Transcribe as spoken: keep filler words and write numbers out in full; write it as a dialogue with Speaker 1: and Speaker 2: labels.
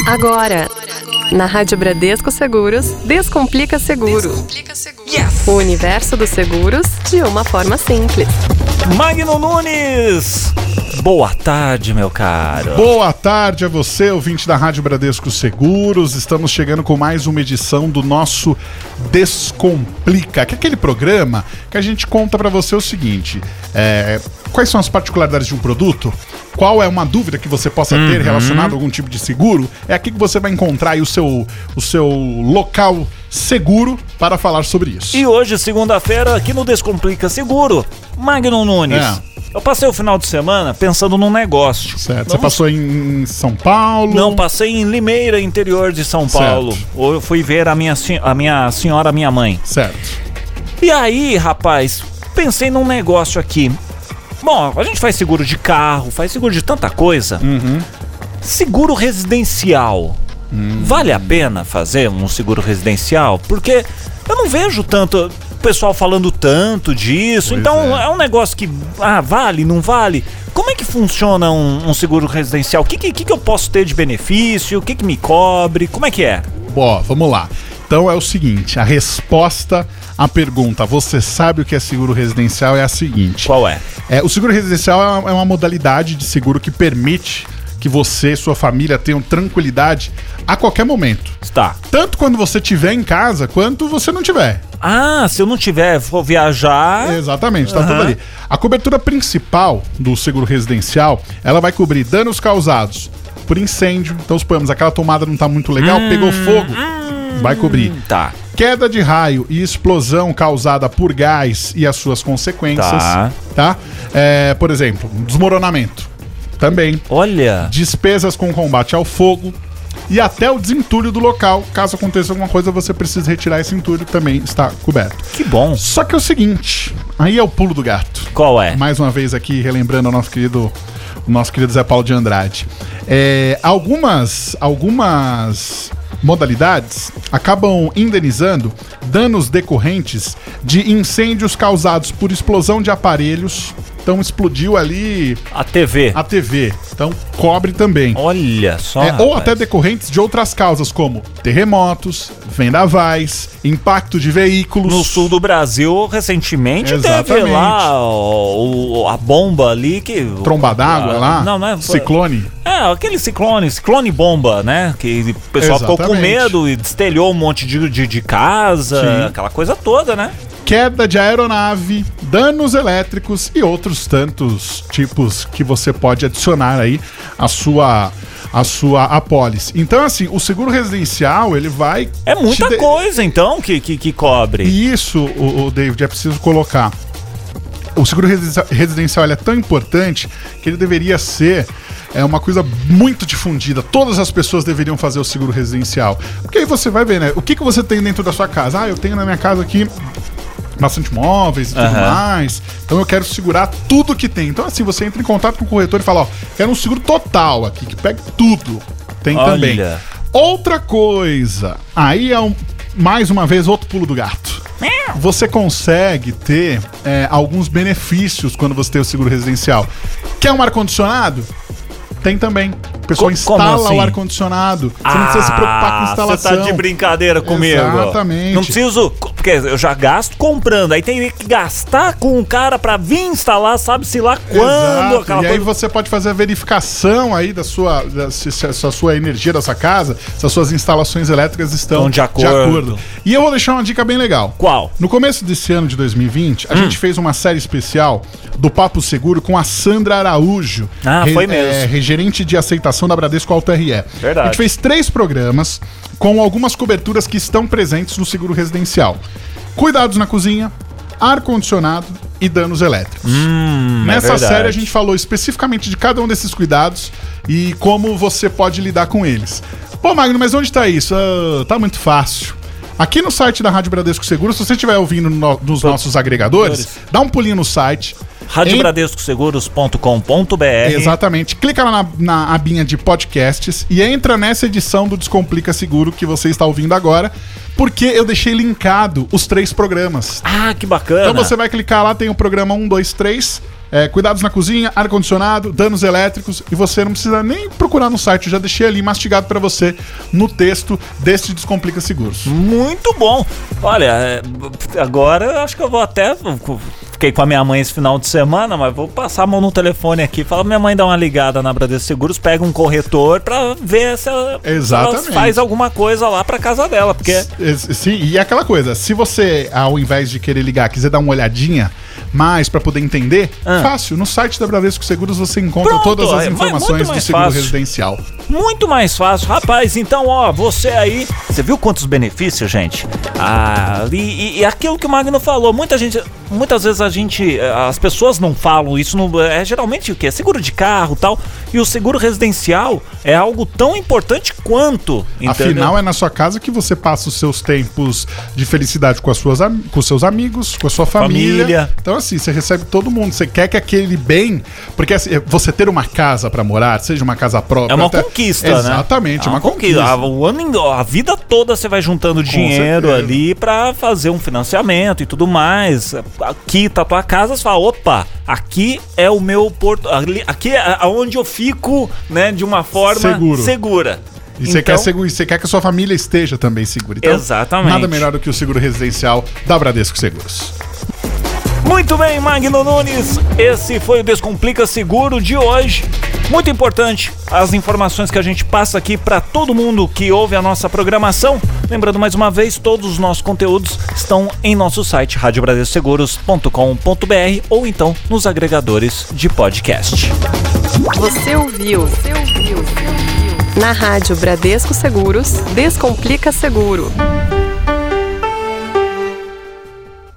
Speaker 1: Agora, na Rádio Bradesco Seguros, Descomplica Seguro. Descomplica Seguro. Yes! O universo dos seguros de uma forma simples.
Speaker 2: Magno Nunes! Boa tarde, meu caro.
Speaker 3: Boa tarde a você, ouvinte da Rádio Bradesco Seguros. Estamos chegando com mais uma edição do nosso Descomplica, que é aquele programa que a gente conta pra você o seguinte: é, quais são as particularidades de um produto? Qual é uma dúvida que você possa ter uhum. relacionada a algum tipo de seguro? É aqui que você vai encontrar aí o seu, o seu local seguro para falar sobre isso.
Speaker 2: E hoje, segunda-feira, aqui no Descomplica Seguro, Magno Nunes. É. Eu passei o final de semana pensando num negócio.
Speaker 3: Certo. Vamos... Você passou em São Paulo?
Speaker 2: Não, passei em Limeira, interior de São Paulo. Certo. Ou eu fui ver a minha, a minha senhora, a minha mãe.
Speaker 3: Certo.
Speaker 2: E aí, rapaz, pensei num negócio aqui. Bom, a gente faz seguro de carro, faz seguro de tanta coisa.
Speaker 3: Uhum.
Speaker 2: Seguro residencial. Hum. Vale a pena fazer um seguro residencial? Porque eu não vejo tanto o pessoal falando tanto disso. Pois então é. é um negócio que, ah, vale, não vale? Como é que funciona um, um seguro residencial? O que, que, que eu posso ter de benefício? O que, que me cobre? Como é que é?
Speaker 3: Bom, vamos lá. Então é o seguinte, a resposta à pergunta, você sabe o que é seguro residencial, é a seguinte.
Speaker 2: Qual é?
Speaker 3: é o seguro residencial é uma, é uma modalidade de seguro que permite que você e sua família tenham tranquilidade a qualquer momento.
Speaker 2: Tá.
Speaker 3: Tanto quando você estiver em casa, quanto você não tiver.
Speaker 2: Ah, se eu não tiver, for viajar...
Speaker 3: Exatamente, tá
Speaker 2: uhum.
Speaker 3: tudo ali. A cobertura principal do seguro residencial, ela vai cobrir danos causados por incêndio. Então, suponhamos, aquela tomada não tá muito legal, hum, pegou fogo, hum, vai cobrir.
Speaker 2: Tá.
Speaker 3: Queda de raio e explosão causada por gás e as suas consequências.
Speaker 2: Tá.
Speaker 3: Tá? É, por exemplo, desmoronamento. Também.
Speaker 2: Olha.
Speaker 3: Despesas com combate ao fogo e até o desentulho do local. Caso aconteça alguma coisa, você precisa retirar esse entulho, também está coberto.
Speaker 2: Que bom.
Speaker 3: Só que é o seguinte, aí é o pulo do gato.
Speaker 2: Qual é?
Speaker 3: Mais uma vez aqui, relembrando o nosso querido, o nosso querido Zé Paulo de Andrade. É, algumas, algumas modalidades acabam indenizando danos decorrentes de incêndios causados por explosão de aparelhos. Então explodiu ali...
Speaker 2: A T V.
Speaker 3: A T V. Então cobre também.
Speaker 2: Olha só,
Speaker 3: é, ou até decorrentes de outras causas, como terremotos, vendavais, impacto de veículos.
Speaker 2: No sul do Brasil, recentemente,
Speaker 3: exatamente,
Speaker 2: teve lá o, o, a bomba ali que...
Speaker 3: Tromba d'água lá?
Speaker 2: Não, não é...
Speaker 3: Ciclone?
Speaker 2: É, aquele ciclone, ciclone bomba, né? Que o pessoal exatamente. ficou com medo e destelhou um monte de, de, de casa, sim, aquela coisa toda, né?
Speaker 3: Queda de aeronave, danos elétricos e outros tantos tipos que você pode adicionar aí à sua, à sua apólice. Então, assim, o seguro residencial, ele vai...
Speaker 2: É muita de... coisa, então, que, que, que cobre.
Speaker 3: E isso, o, o David, é preciso colocar. O seguro residencial ele é tão importante que ele deveria ser... É uma coisa muito difundida. Todas as pessoas deveriam fazer o seguro residencial. Porque aí você vai ver, né? O que, que você tem dentro da sua casa? Ah, eu tenho na minha casa aqui bastante móveis e tudo uhum. mais. Então eu quero segurar tudo que tem. Então assim, você entra em contato com o corretor e fala, ó, quero um seguro total aqui, que pegue tudo. Tem
Speaker 2: Olha.
Speaker 3: também. Outra coisa, aí é um, mais uma vez outro pulo do gato. Você consegue ter é, alguns benefícios quando você tem o seguro residencial. Quer um ar-condicionado? Tem também. O pessoal Co- instala assim? o ar-condicionado. Você ah, não precisa se preocupar com instalação.
Speaker 2: Você tá de brincadeira comigo.
Speaker 3: Exatamente.
Speaker 2: Não preciso... Porque eu já gasto comprando. Aí tem que gastar com um cara pra vir instalar, sabe-se lá quando.
Speaker 3: Aquela e coisa... aí você pode fazer a verificação aí da sua, da, se, se a sua energia da sua casa, se as suas instalações elétricas estão
Speaker 2: de acordo. de acordo.
Speaker 3: E eu vou deixar uma dica bem legal.
Speaker 2: Qual?
Speaker 3: No começo desse ano de dois mil e vinte, a hum. gente fez uma série especial do Papo Seguro com a Sandra Araújo.
Speaker 2: Ah, re, foi mesmo.
Speaker 3: É, gerente de aceitação da Bradesco Auto R E.
Speaker 2: Verdade.
Speaker 3: A gente fez três programas com algumas coberturas que estão presentes no seguro residencial. Cuidados na cozinha, ar-condicionado e danos elétricos.
Speaker 2: Hum,
Speaker 3: Nessa
Speaker 2: é
Speaker 3: série a gente falou especificamente de cada um desses cuidados e como você pode lidar com eles. Pô, Magno, mas onde tá isso? Ah, tá muito fácil. Aqui no site da Rádio Bradesco Seguros, se você estiver ouvindo no, nos nossos agregadores, dá um pulinho no site.
Speaker 2: rádio bradesco seguros ponto com ponto b r.
Speaker 3: Exatamente. Clica lá na, na abinha de podcasts e entra nessa edição do Descomplica Seguro que você está ouvindo agora, porque eu deixei linkado os três programas.
Speaker 2: Ah, que bacana.
Speaker 3: Então você vai clicar lá, tem o programa um, dois, três... é, cuidados na cozinha, ar-condicionado, danos elétricos, e você não precisa nem procurar no site, eu já deixei ali mastigado para você no texto deste Descomplica Seguros.
Speaker 2: Muito bom. Olha, agora eu acho que eu vou até... Fiquei com a minha mãe esse final de semana, mas vou passar a mão no telefone aqui. Fala pra minha mãe dar uma ligada na Bradesco Seguros, pega um corretor pra ver se ela, se ela faz alguma coisa lá pra casa dela, porque...
Speaker 3: Sim, e aquela coisa, se você, ao invés de querer ligar, quiser dar uma olhadinha mais pra poder entender, ah. fácil, no site da Bradesco Seguros você encontra Pronto, todas as informações do seguro fácil. residencial.
Speaker 2: Muito mais fácil, rapaz. Então, ó, você aí, você viu quantos benefícios, gente? Ah, e, e aquilo que o Magno falou, muita gente, muitas vezes a gente, as pessoas não falam isso, não, é geralmente o quê? Seguro de carro e tal, e o seguro residencial é algo tão importante quanto, entendeu?
Speaker 3: Afinal, é na sua casa que você passa os seus tempos de felicidade com, as suas, com os seus amigos, com a sua família. família. Então, assim, você recebe todo mundo, você quer que aquele bem, porque assim, você ter uma casa pra morar, seja uma casa própria...
Speaker 2: É uma
Speaker 3: até,
Speaker 2: conquista,
Speaker 3: exatamente,
Speaker 2: né? É uma,
Speaker 3: uma conquista.
Speaker 2: conquista. A, o ano, a vida toda você vai juntando com dinheiro certeza. ali pra fazer um financiamento e tudo mais. Aqui tá a tua casa, você fala, opa, aqui é o meu porto, aqui é onde eu fico, né, de uma forma
Speaker 3: Seguro.
Speaker 2: segura.
Speaker 3: E você então, quer, você quer que a sua família esteja também segura. Então,
Speaker 2: exatamente.
Speaker 3: Nada melhor do que o seguro residencial da Bradesco Seguros.
Speaker 2: Muito bem, Magno Nunes, esse foi o Descomplica Seguro de hoje. Muito importante as informações que a gente passa aqui para todo mundo que ouve a nossa programação. Lembrando mais uma vez, todos os nossos conteúdos estão em nosso site rádio bradesco seguros ponto com ponto b r ou então nos agregadores de podcast.
Speaker 1: Você ouviu? Você ouviu? Você ouviu? Na Rádio Bradesco Seguros, Descomplica Seguro.